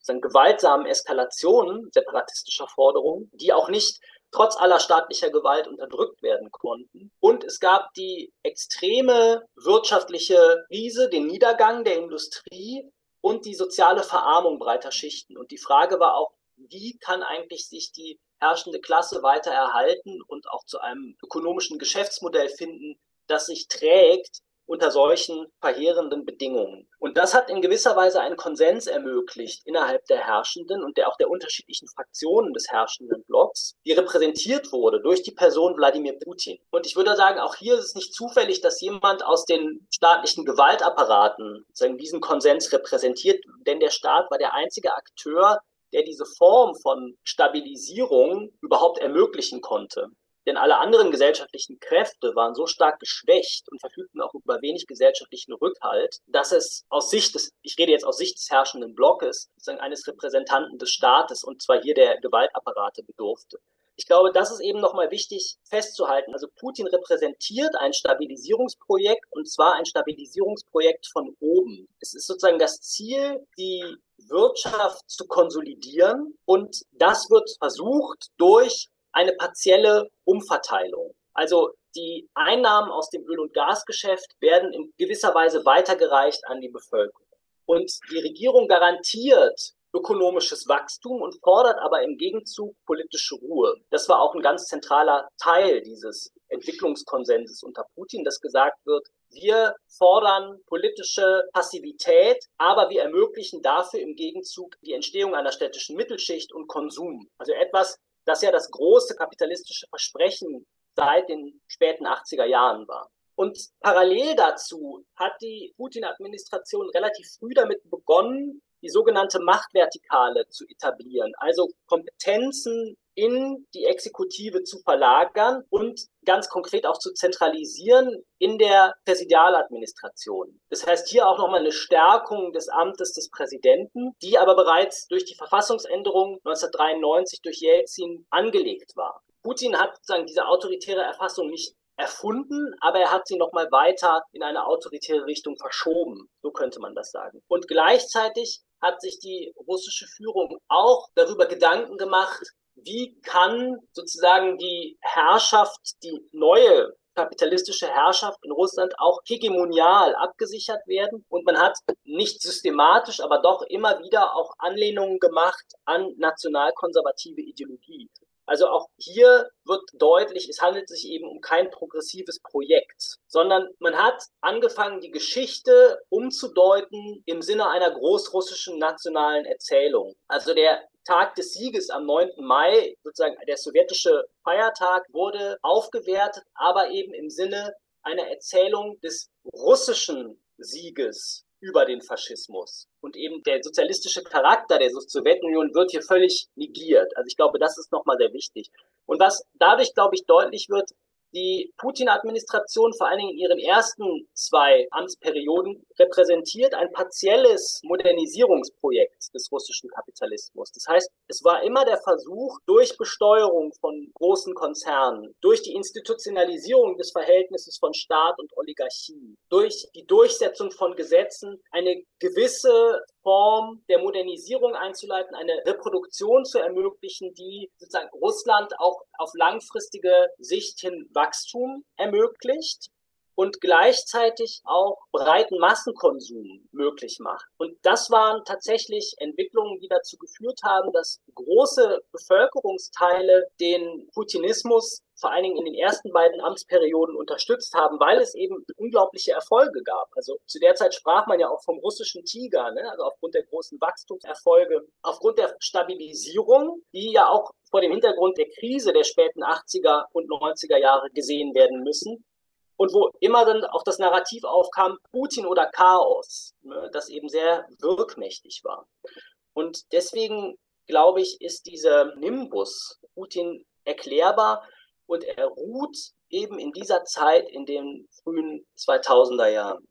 sozusagen gewaltsamen Eskalationen separatistischer Forderungen, die auch nicht trotz aller staatlicher Gewalt unterdrückt werden konnten. Und es gab die extreme wirtschaftliche Krise, den Niedergang der Industrie und die soziale Verarmung breiter Schichten. Und die Frage war auch, wie kann eigentlich sich die herrschende Klasse weiter erhalten und auch zu einem ökonomischen Geschäftsmodell finden, das sich trägt unter solchen verheerenden Bedingungen. Und das hat in gewisser Weise einen Konsens ermöglicht innerhalb der Herrschenden und der, auch der unterschiedlichen Fraktionen des herrschenden Blocks, die repräsentiert wurde durch die Person Wladimir Putin. Und ich würde sagen, auch hier ist es nicht zufällig, dass jemand aus den staatlichen Gewaltapparaten sozusagen diesen Konsens repräsentiert, denn der Staat war der einzige Akteur, der diese Form von Stabilisierung überhaupt ermöglichen konnte. Denn alle anderen gesellschaftlichen Kräfte waren so stark geschwächt und verfügten auch über wenig gesellschaftlichen Rückhalt, dass es aus Sicht des, ich rede jetzt aus Sicht des herrschenden Blockes, sozusagen eines Repräsentanten des Staates, und zwar hier der Gewaltapparate, bedurfte. Ich glaube, das ist eben nochmal wichtig festzuhalten. Also Putin repräsentiert ein Stabilisierungsprojekt, und zwar ein Stabilisierungsprojekt von oben. Es ist sozusagen das Ziel, die Wirtschaft zu konsolidieren, und das wird versucht durch eine partielle Umverteilung. Also die Einnahmen aus dem Öl- und Gasgeschäft werden in gewisser Weise weitergereicht an die Bevölkerung. Und die Regierung garantiert ökonomisches Wachstum und fordert aber im Gegenzug politische Ruhe. Das war auch ein ganz zentraler Teil dieses Entwicklungskonsenses unter Putin, dass gesagt wird, wir fordern politische Passivität, aber wir ermöglichen dafür im Gegenzug die Entstehung einer städtischen Mittelschicht und Konsum. Also etwas, das ja das große kapitalistische Versprechen seit den späten achtziger Jahren war. Und parallel dazu hat die Putin-Administration relativ früh damit begonnen, die sogenannte Machtvertikale zu etablieren, also Kompetenzen in die Exekutive zu verlagern und ganz konkret auch zu zentralisieren in der Präsidialadministration. Das heißt, hier auch nochmal eine Stärkung des Amtes des Präsidenten, die aber bereits durch die Verfassungsänderung neunzehnhundertdreiundneunzig durch Jelzin angelegt war. Putin hat sozusagen diese autoritäre Erfassung nicht erfunden, aber er hat sie nochmal weiter in eine autoritäre Richtung verschoben. So könnte man das sagen. Und gleichzeitig hat sich die russische Führung auch darüber Gedanken gemacht, wie kann sozusagen die Herrschaft, die neue kapitalistische Herrschaft in Russland auch hegemonial abgesichert werden. Und man hat nicht systematisch, aber doch immer wieder auch Anlehnungen gemacht an nationalkonservative Ideologie. Also auch hier wird deutlich, es handelt sich eben um kein progressives Projekt, sondern man hat angefangen, die Geschichte umzudeuten im Sinne einer großrussischen nationalen Erzählung. Also der Tag des Sieges am neunten Mai, sozusagen der sowjetische Feiertag, wurde aufgewertet, aber eben im Sinne einer Erzählung des russischen Sieges über den Faschismus. Und eben der sozialistische Charakter der Sowjetunion wird hier völlig negiert. Also ich glaube, das ist nochmal sehr wichtig. Und was dadurch, glaube ich, deutlich wird, die Putin-Administration vor allen Dingen in ihren ersten zwei Amtsperioden repräsentiert ein partielles Modernisierungsprojekt des russischen Kapitalismus. Das heißt, es war immer der Versuch, durch Besteuerung von großen Konzernen, durch die Institutionalisierung des Verhältnisses von Staat und Oligarchie, durch die Durchsetzung von Gesetzen eine gewisse Form der Modernisierung einzuleiten, eine Reproduktion zu ermöglichen, die sozusagen Russland auch auf langfristige Sicht hin Wachstum ermöglicht und gleichzeitig auch breiten Massenkonsum möglich macht. Und das waren tatsächlich Entwicklungen, die dazu geführt haben, dass große Bevölkerungsteile den Putinismus vor allen Dingen in den ersten beiden Amtsperioden unterstützt haben, weil es eben unglaubliche Erfolge gab. Also zu der Zeit sprach man ja auch vom russischen Tiger, ne? Also aufgrund der großen Wachstumserfolge, aufgrund der Stabilisierung, die ja auch vor dem Hintergrund der Krise der späten achtziger und neunziger Jahre gesehen werden müssen. Und wo immer dann auch das Narrativ aufkam, Putin oder Chaos, ne, das eben sehr wirkmächtig war. Und deswegen, glaube ich, ist dieser Nimbus Putin erklärbar und er ruht eben in dieser Zeit in den frühen zweitausender Jahren.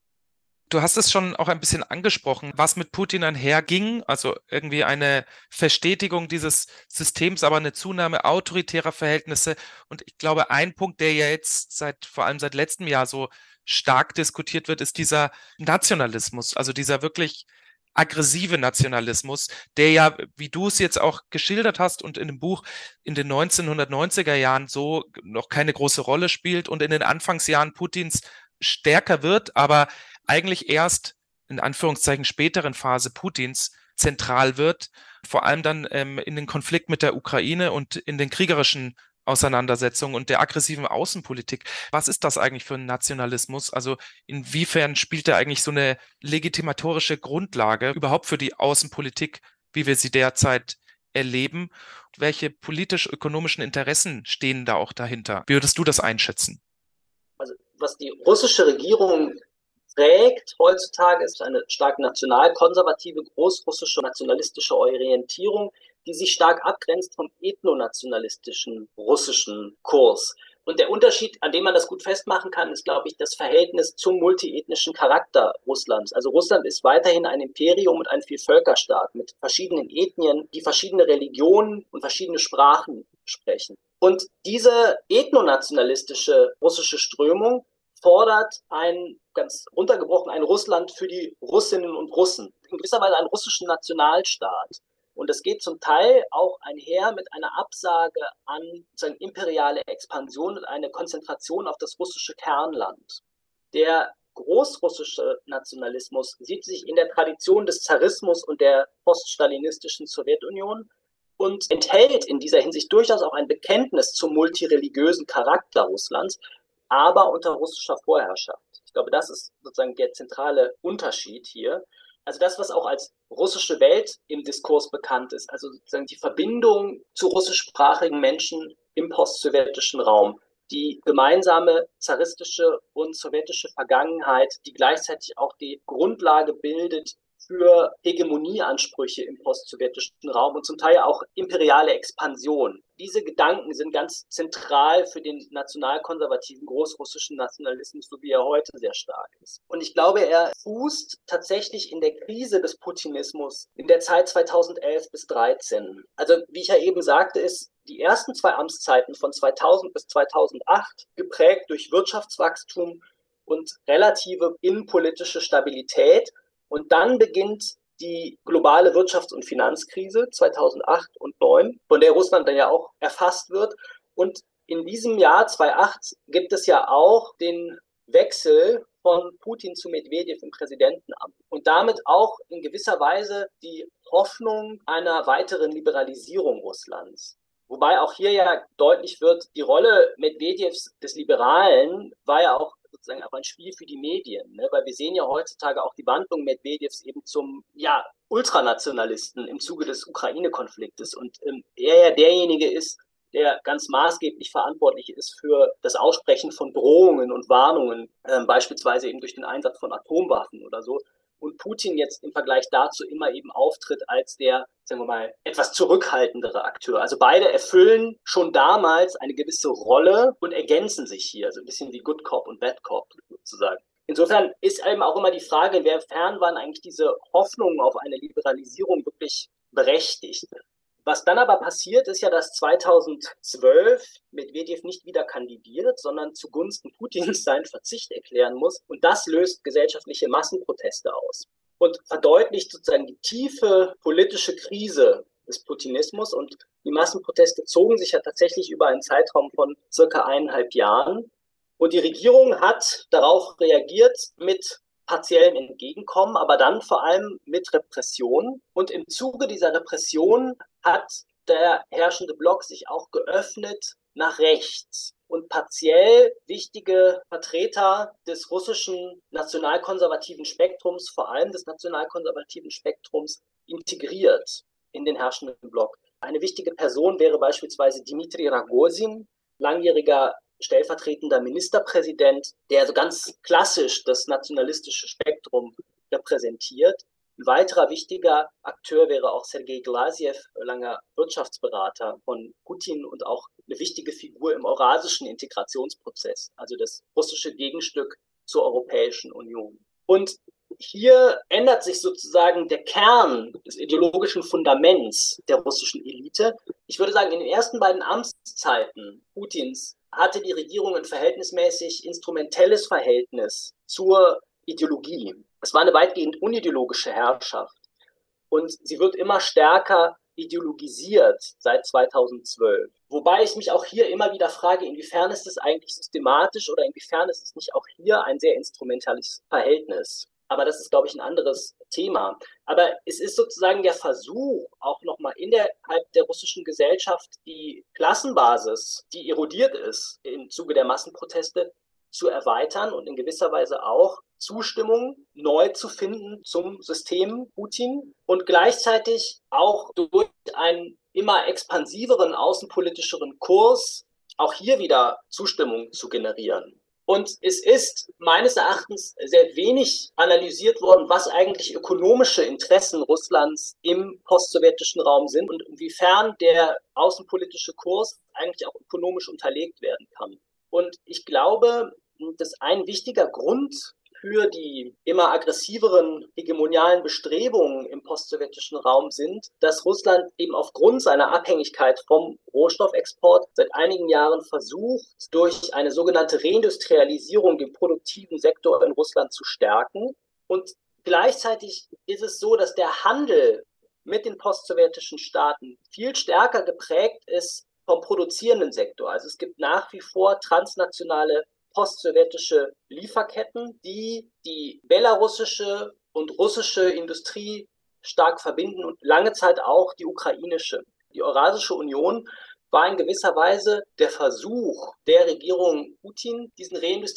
Du hast es schon auch ein bisschen angesprochen, was mit Putin einherging, also irgendwie eine Verstetigung dieses Systems, aber eine Zunahme autoritärer Verhältnisse. Und ich glaube, ein Punkt, der ja jetzt seit, vor allem seit letztem Jahr so stark diskutiert wird, ist dieser Nationalismus, also dieser wirklich aggressive Nationalismus, der ja, wie du es jetzt auch geschildert hast und in dem Buch in den neunzehnhundertneunziger Jahren so noch keine große Rolle spielt und in den Anfangsjahren Putins stärker wird, aber eigentlich erst in Anführungszeichen späteren Phase Putins zentral wird, vor allem dann ähm, in den Konflikt mit der Ukraine und in den kriegerischen Auseinandersetzungen und der aggressiven Außenpolitik. Was ist das eigentlich für ein Nationalismus? Also inwiefern spielt er eigentlich so eine legitimatorische Grundlage überhaupt für die Außenpolitik, wie wir sie derzeit erleben? Welche politisch-ökonomischen Interessen stehen da auch dahinter? Wie würdest du das einschätzen? Also was die russische Regierung prägt heutzutage, ist eine stark nationalkonservative, großrussische, nationalistische Orientierung, die sich stark abgrenzt vom ethnonationalistischen russischen Kurs. Und der Unterschied, an dem man das gut festmachen kann, ist, glaube ich, das Verhältnis zum multiethnischen Charakter Russlands. Also Russland ist weiterhin ein Imperium und ein Vielvölkerstaat mit verschiedenen Ethnien, die verschiedene Religionen und verschiedene Sprachen sprechen. Und diese ethnonationalistische russische Strömung fordert ein, ganz runtergebrochen, ein Russland für die Russinnen und Russen. In gewisser Weise einen russischen Nationalstaat. Und das geht zum Teil auch einher mit einer Absage an sozusagen imperiale Expansion und eine Konzentration auf das russische Kernland. Der großrussische Nationalismus sieht sich in der Tradition des Zarismus und der poststalinistischen Sowjetunion und enthält in dieser Hinsicht durchaus auch ein Bekenntnis zum multireligiösen Charakter Russlands, aber unter russischer Vorherrschaft. Ich glaube, das ist sozusagen der zentrale Unterschied hier. Also das, was auch als russische Welt im Diskurs bekannt ist, also sozusagen die Verbindung zu russischsprachigen Menschen im postsowjetischen Raum, die gemeinsame zaristische und sowjetische Vergangenheit, die gleichzeitig auch die Grundlage bildet für Hegemonieansprüche im postsowjetischen Raum und zum Teil auch imperiale Expansion. Diese Gedanken sind ganz zentral für den nationalkonservativen großrussischen Nationalismus, so wie er heute sehr stark ist. Und ich glaube, er fußt tatsächlich in der Krise des Putinismus in der Zeit zweitausendelf bis dreizehn. Also wie ich ja eben sagte, ist die ersten zwei Amtszeiten von zweitausend bis zweitausendacht geprägt durch Wirtschaftswachstum und relative innenpolitische Stabilität. Und dann beginnt die globale Wirtschafts- und Finanzkrise zweitausendacht und zweitausendneun, von der Russland dann ja auch erfasst wird. Und in diesem Jahr zweitausendacht gibt es ja auch den Wechsel von Putin zu Medwedew im Präsidentenamt. Und damit auch in gewisser Weise die Hoffnung einer weiteren Liberalisierung Russlands. Wobei auch hier ja deutlich wird, die Rolle Medwedews des Liberalen war ja auch sozusagen auch ein Spiel für die Medien, ne? Weil wir sehen ja heutzutage auch die Wandlung Medwedews eben zum ja, Ultranationalisten im Zuge des Ukraine-Konfliktes und ähm, er ja derjenige ist, der ganz maßgeblich verantwortlich ist für das Aussprechen von Drohungen und Warnungen, äh, beispielsweise eben durch den Einsatz von Atomwaffen oder so. Und Putin jetzt im Vergleich dazu immer eben auftritt als der, sagen wir mal, etwas zurückhaltendere Akteur. Also beide erfüllen schon damals eine gewisse Rolle und ergänzen sich hier, also ein bisschen wie Good Cop und Bad Cop sozusagen. Insofern ist eben auch immer die Frage, inwiefern waren eigentlich diese Hoffnungen auf eine Liberalisierung wirklich berechtigt. Was dann aber passiert, ist ja, dass zweitausendzwölf Medwedew nicht wieder kandidiert, sondern zugunsten Putins seinen Verzicht erklären muss. Und das löst gesellschaftliche Massenproteste aus und verdeutlicht sozusagen die tiefe politische Krise des Putinismus. Und die Massenproteste zogen sich ja tatsächlich über einen Zeitraum von circa eineinhalb Jahren. Und die Regierung hat darauf reagiert mit partiellem Entgegenkommen, aber dann vor allem mit Repression. Und im Zuge dieser Repression hat der herrschende Block sich auch geöffnet nach rechts und partiell wichtige Vertreter des russischen nationalkonservativen Spektrums, vor allem des nationalkonservativen Spektrums, integriert in den herrschenden Block. Eine wichtige Person wäre beispielsweise Dmitri Rogozin, langjähriger stellvertretender Ministerpräsident, der so ganz klassisch das nationalistische Spektrum repräsentiert. Ein weiterer wichtiger Akteur wäre auch Sergei Glasiew, langer Wirtschaftsberater von Putin und auch eine wichtige Figur im eurasischen Integrationsprozess, also das russische Gegenstück zur Europäischen Union. Und hier ändert sich sozusagen der Kern des ideologischen Fundaments der russischen Elite. Ich würde sagen, in den ersten beiden Amtszeiten Putins hatte die Regierung ein verhältnismäßig instrumentelles Verhältnis zur Ideologie. Es war eine weitgehend unideologische Herrschaft. und sie wird immer stärker ideologisiert seit zweitausendzwölf. Wobei ich mich auch hier immer wieder frage, inwiefern ist es eigentlich systematisch oder inwiefern ist es nicht auch hier ein sehr instrumentales Verhältnis. Aber das ist, glaube ich, ein anderes Thema. Aber es ist sozusagen der Versuch, auch nochmal innerhalb der russischen Gesellschaft die Klassenbasis, die erodiert ist im Zuge der Massenproteste, zu erweitern und in gewisser Weise auch Zustimmung neu zu finden zum System Putin und gleichzeitig auch durch einen immer expansiveren außenpolitischeren Kurs auch hier wieder Zustimmung zu generieren. Und es ist meines Erachtens sehr wenig analysiert worden, was eigentlich ökonomische Interessen Russlands im postsowjetischen Raum sind und inwiefern der außenpolitische Kurs eigentlich auch ökonomisch unterlegt werden kann. Und ich glaube, dass ein wichtiger Grund für die immer aggressiveren hegemonialen Bestrebungen im postsowjetischen Raum sind, dass Russland eben aufgrund seiner Abhängigkeit vom Rohstoffexport seit einigen Jahren versucht, durch eine sogenannte Reindustrialisierung den produktiven Sektor in Russland zu stärken. Und gleichzeitig ist es so, dass der Handel mit den postsowjetischen Staaten viel stärker geprägt ist vom produzierenden Sektor. Also es gibt nach wie vor transnationale postsowjetische Lieferketten, die die belarussische und russische Industrie stark verbinden und lange Zeit auch die ukrainische. Die Eurasische Union war in gewisser Weise der Versuch der Regierung Putin, diesen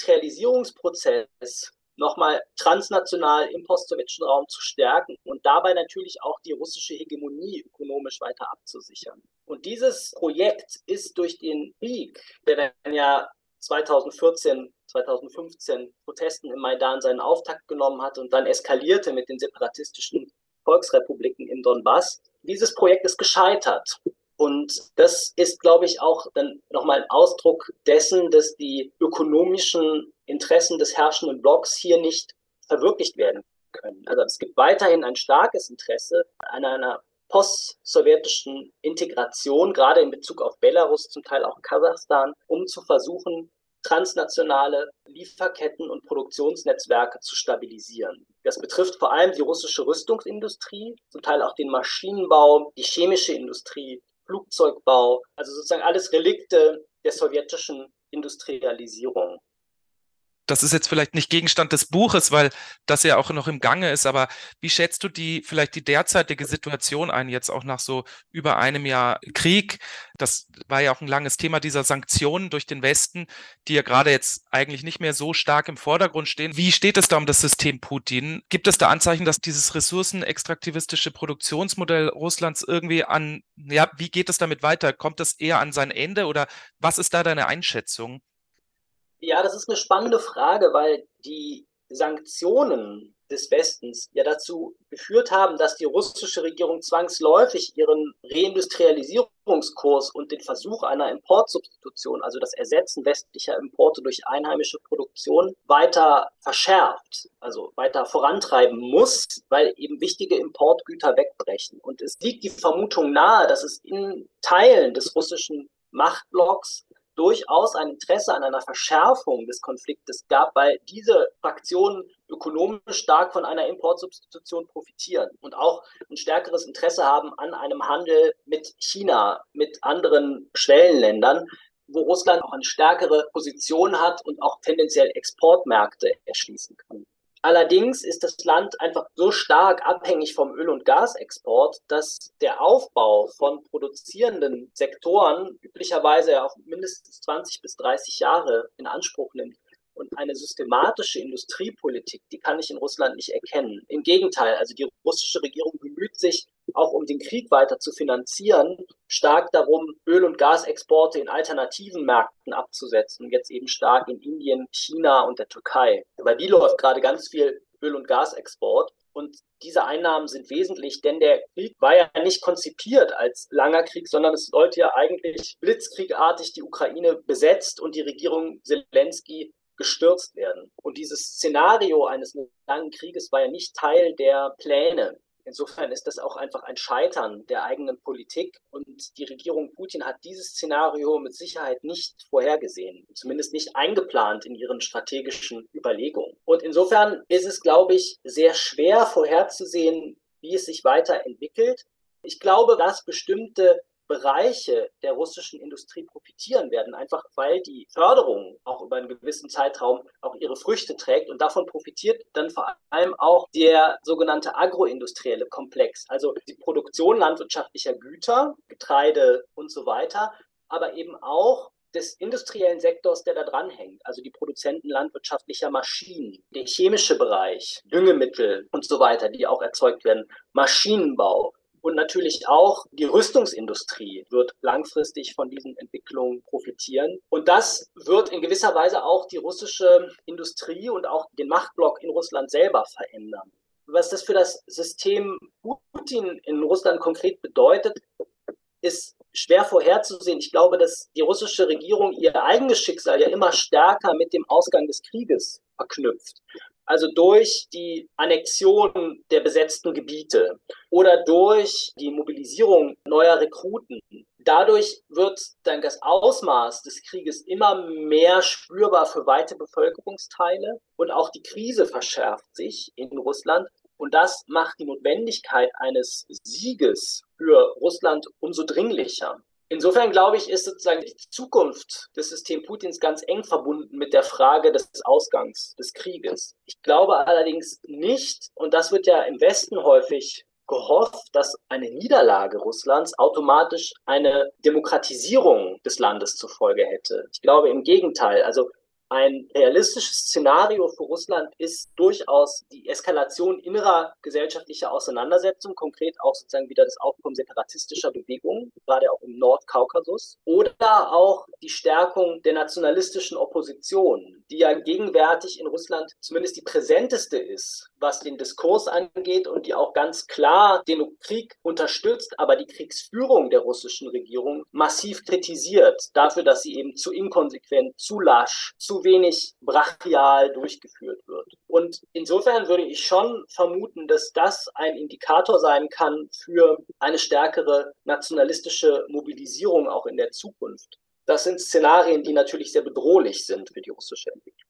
Reindustrialisierungsprozess nochmal transnational im postsowjetischen Raum zu stärken und dabei natürlich auch die russische Hegemonie ökonomisch weiter abzusichern. Und dieses Projekt ist durch den Krieg, der dann ja zweitausendvierzehn, zweitausendfünfzehn Protesten im Maidan seinen Auftakt genommen hat und dann eskalierte mit den separatistischen Volksrepubliken im Donbass. Dieses Projekt ist gescheitert. Und das ist, glaube ich, auch dann nochmal ein Ausdruck dessen, dass die ökonomischen Interessen des herrschenden Blocks hier nicht verwirklicht werden können. Also es gibt weiterhin ein starkes Interesse an einer post-sowjetischen Integration, gerade in Bezug auf Belarus, zum Teil auch Kasachstan, um zu versuchen, transnationale Lieferketten und Produktionsnetzwerke zu stabilisieren. Das betrifft vor allem die russische Rüstungsindustrie, zum Teil auch den Maschinenbau, die chemische Industrie, Flugzeugbau, also sozusagen alles Relikte der sowjetischen Industrialisierung. Das ist jetzt vielleicht nicht Gegenstand des Buches, weil das ja auch noch im Gange ist, aber wie schätzt du die vielleicht die derzeitige Situation ein, jetzt auch nach so über einem Jahr Krieg? Das war ja auch ein langes Thema dieser Sanktionen durch den Westen, die ja gerade jetzt eigentlich nicht mehr so stark im Vordergrund stehen. Wie steht es da um das System Putin? Gibt es da Anzeichen, dass dieses ressourcenextraktivistische Produktionsmodell Russlands irgendwie an, ja, wie geht es damit weiter? Kommt es eher an sein Ende oder was ist da deine Einschätzung? Ja, das ist eine spannende Frage, weil die Sanktionen des Westens ja dazu geführt haben, dass die russische Regierung zwangsläufig ihren Reindustrialisierungskurs und den Versuch einer Importsubstitution, also das Ersetzen westlicher Importe durch einheimische Produktion, weiter verschärft, also weiter vorantreiben muss, weil eben wichtige Importgüter wegbrechen. Und es liegt die Vermutung nahe, dass es in Teilen des russischen Machtblocks durchaus ein Interesse an einer Verschärfung des Konfliktes gab, weil diese Fraktionen ökonomisch stark von einer Importsubstitution profitieren und auch ein stärkeres Interesse haben an einem Handel mit China, mit anderen Schwellenländern, wo Russland auch eine stärkere Position hat und auch tendenziell Exportmärkte erschließen kann. Allerdings ist das Land einfach so stark abhängig vom Öl- und Gasexport, dass der Aufbau von produzierenden Sektoren üblicherweise auch mindestens zwanzig bis dreißig Jahre in Anspruch nimmt. Und eine systematische Industriepolitik, die kann ich in Russland nicht erkennen. Im Gegenteil, also die russische Regierung bemüht sich, auch um den Krieg weiter zu finanzieren, stark darum, Öl- und Gasexporte in alternativen Märkten abzusetzen, jetzt eben stark in Indien, China und der Türkei. Über die läuft gerade ganz viel Öl- und Gasexport. Und diese Einnahmen sind wesentlich, denn der Krieg war ja nicht konzipiert als langer Krieg, sondern es sollte ja eigentlich blitzkriegartig die Ukraine besetzt und die Regierung Selenskyj gestürzt werden. Und dieses Szenario eines langen Krieges war ja nicht Teil der Pläne. Insofern ist das auch einfach ein Scheitern der eigenen Politik und die Regierung Putin hat dieses Szenario mit Sicherheit nicht vorhergesehen, zumindest nicht eingeplant in ihren strategischen Überlegungen. Und insofern ist es, glaube ich, sehr schwer vorherzusehen, wie es sich weiterentwickelt. Ich glaube, dass bestimmte Bereiche der russischen Industrie profitieren werden, einfach weil die Förderung auch über einen gewissen Zeitraum auch ihre Früchte trägt und davon profitiert dann vor allem auch der sogenannte agroindustrielle Komplex, also die Produktion landwirtschaftlicher Güter, Getreide und so weiter, aber eben auch des industriellen Sektors, der da dranhängt, also die Produzenten landwirtschaftlicher Maschinen, der chemische Bereich, Düngemittel und so weiter, die auch erzeugt werden, Maschinenbau. Und natürlich auch die Rüstungsindustrie wird langfristig von diesen Entwicklungen profitieren. Und das wird in gewisser Weise auch die russische Industrie und auch den Machtblock in Russland selber verändern. Was das für das System Putin in Russland konkret bedeutet, ist schwer vorherzusehen. Ich glaube, dass die russische Regierung ihr eigenes Schicksal ja immer stärker mit dem Ausgang des Krieges verknüpft. Also durch die Annexion der besetzten Gebiete oder durch die Mobilisierung neuer Rekruten. Dadurch wird dann das Ausmaß des Krieges immer mehr spürbar für weite Bevölkerungsteile und auch die Krise verschärft sich in Russland. Und das macht die Notwendigkeit eines Sieges für Russland umso dringlicher. Insofern, glaube ich, ist sozusagen die Zukunft des Systems Putins ganz eng verbunden mit der Frage des Ausgangs des Krieges. Ich glaube allerdings nicht, und das wird ja im Westen häufig gehofft, dass eine Niederlage Russlands automatisch eine Demokratisierung des Landes zur Folge hätte. Ich glaube im Gegenteil, also ein realistisches Szenario für Russland ist durchaus die Eskalation innerer gesellschaftlicher Auseinandersetzungen, konkret auch sozusagen wieder das Aufkommen separatistischer Bewegungen, gerade auch im Nordkaukasus, oder auch die Stärkung der nationalistischen Opposition, die ja gegenwärtig in Russland zumindest die präsenteste ist, was den Diskurs angeht und die auch ganz klar den Krieg unterstützt, aber die Kriegsführung der russischen Regierung massiv kritisiert dafür, dass sie eben zu inkonsequent, zu lasch, zu wenig brachial durchgeführt wird. Und insofern würde ich schon vermuten, dass das ein Indikator sein kann für eine stärkere nationalistische Mobilisierung auch in der Zukunft. Das sind Szenarien, die natürlich sehr bedrohlich sind für die russische Entwicklung.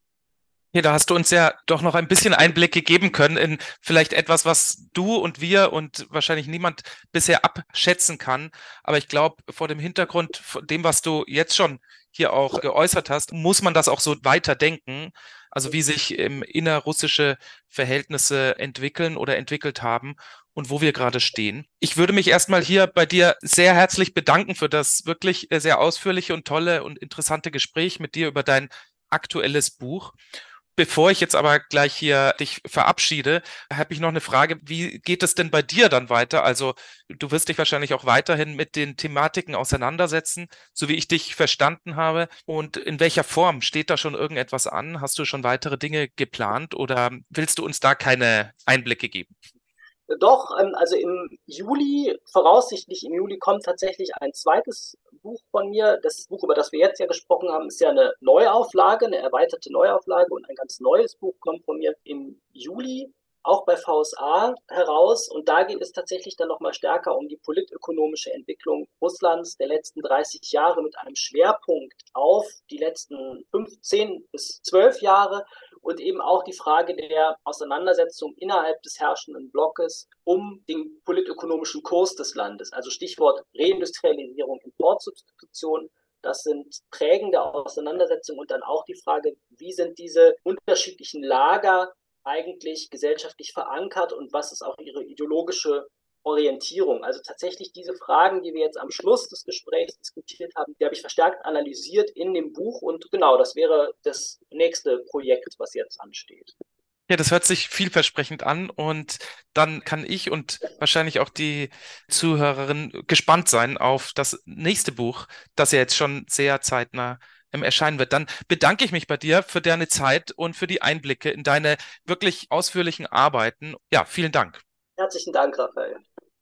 Ja, da hast du uns ja doch noch ein bisschen Einblick gegeben können in vielleicht etwas, was du und wir und wahrscheinlich niemand bisher abschätzen kann. Aber ich glaube, vor dem Hintergrund von dem, was du jetzt schon hier auch geäußert hast, muss man das auch so weiterdenken. Also wie sich ähm, innerrussische Verhältnisse entwickeln oder entwickelt haben und wo wir gerade stehen. Ich würde mich erstmal hier bei dir sehr herzlich bedanken für das wirklich sehr ausführliche und tolle und interessante Gespräch mit dir über dein aktuelles Buch. Bevor ich jetzt aber gleich hier dich verabschiede, habe ich noch eine Frage. Wie geht es denn bei dir dann weiter? Also du wirst dich wahrscheinlich auch weiterhin mit den Thematiken auseinandersetzen, so wie ich dich verstanden habe. Und in welcher Form? Steht da schon irgendetwas an? Hast du schon weitere Dinge geplant oder willst du uns da keine Einblicke geben? Doch, also im Juli, voraussichtlich im Juli, kommt tatsächlich ein zweites Buch von mir. Das Buch, über das wir jetzt ja gesprochen haben, ist ja eine Neuauflage, eine erweiterte Neuauflage, und ein ganz neues Buch kommt von mir im Juli, auch bei V S A heraus. Und da geht es tatsächlich dann nochmal stärker um die politökonomische Entwicklung Russlands der letzten dreißig Jahre mit einem Schwerpunkt auf die letzten fünfzehn bis zwölf Jahre. Und eben auch die Frage der Auseinandersetzung innerhalb des herrschenden Blockes um den politökonomischen Kurs des Landes. Also Stichwort Reindustrialisierung, Importsubstitution. Das sind prägende Auseinandersetzungen. Und dann auch die Frage, wie sind diese unterschiedlichen Lager eigentlich gesellschaftlich verankert und was ist auch ihre ideologische Orientierung. Also tatsächlich diese Fragen, die wir jetzt am Schluss des Gesprächs diskutiert haben, die habe ich verstärkt analysiert in dem Buch, und genau, das wäre das nächste Projekt, was jetzt ansteht. Ja, das hört sich vielversprechend an, und dann kann ich und wahrscheinlich auch die Zuhörerin gespannt sein auf das nächste Buch, das ja jetzt schon sehr zeitnah erscheinen wird. Dann bedanke ich mich bei dir für deine Zeit und für die Einblicke in deine wirklich ausführlichen Arbeiten. Ja, vielen Dank. Herzlichen Dank, Raphael.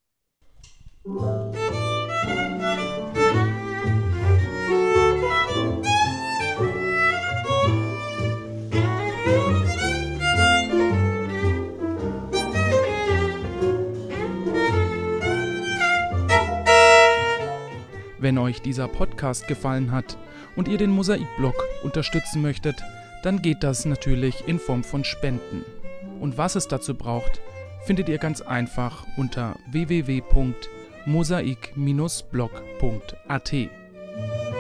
Wenn euch dieser Podcast gefallen hat und ihr den Mosaikblog unterstützen möchtet, dann geht das natürlich in Form von Spenden. Und was es dazu braucht, findet ihr ganz einfach unter w w w punkt mosaik Bindestrich blog punkt a t.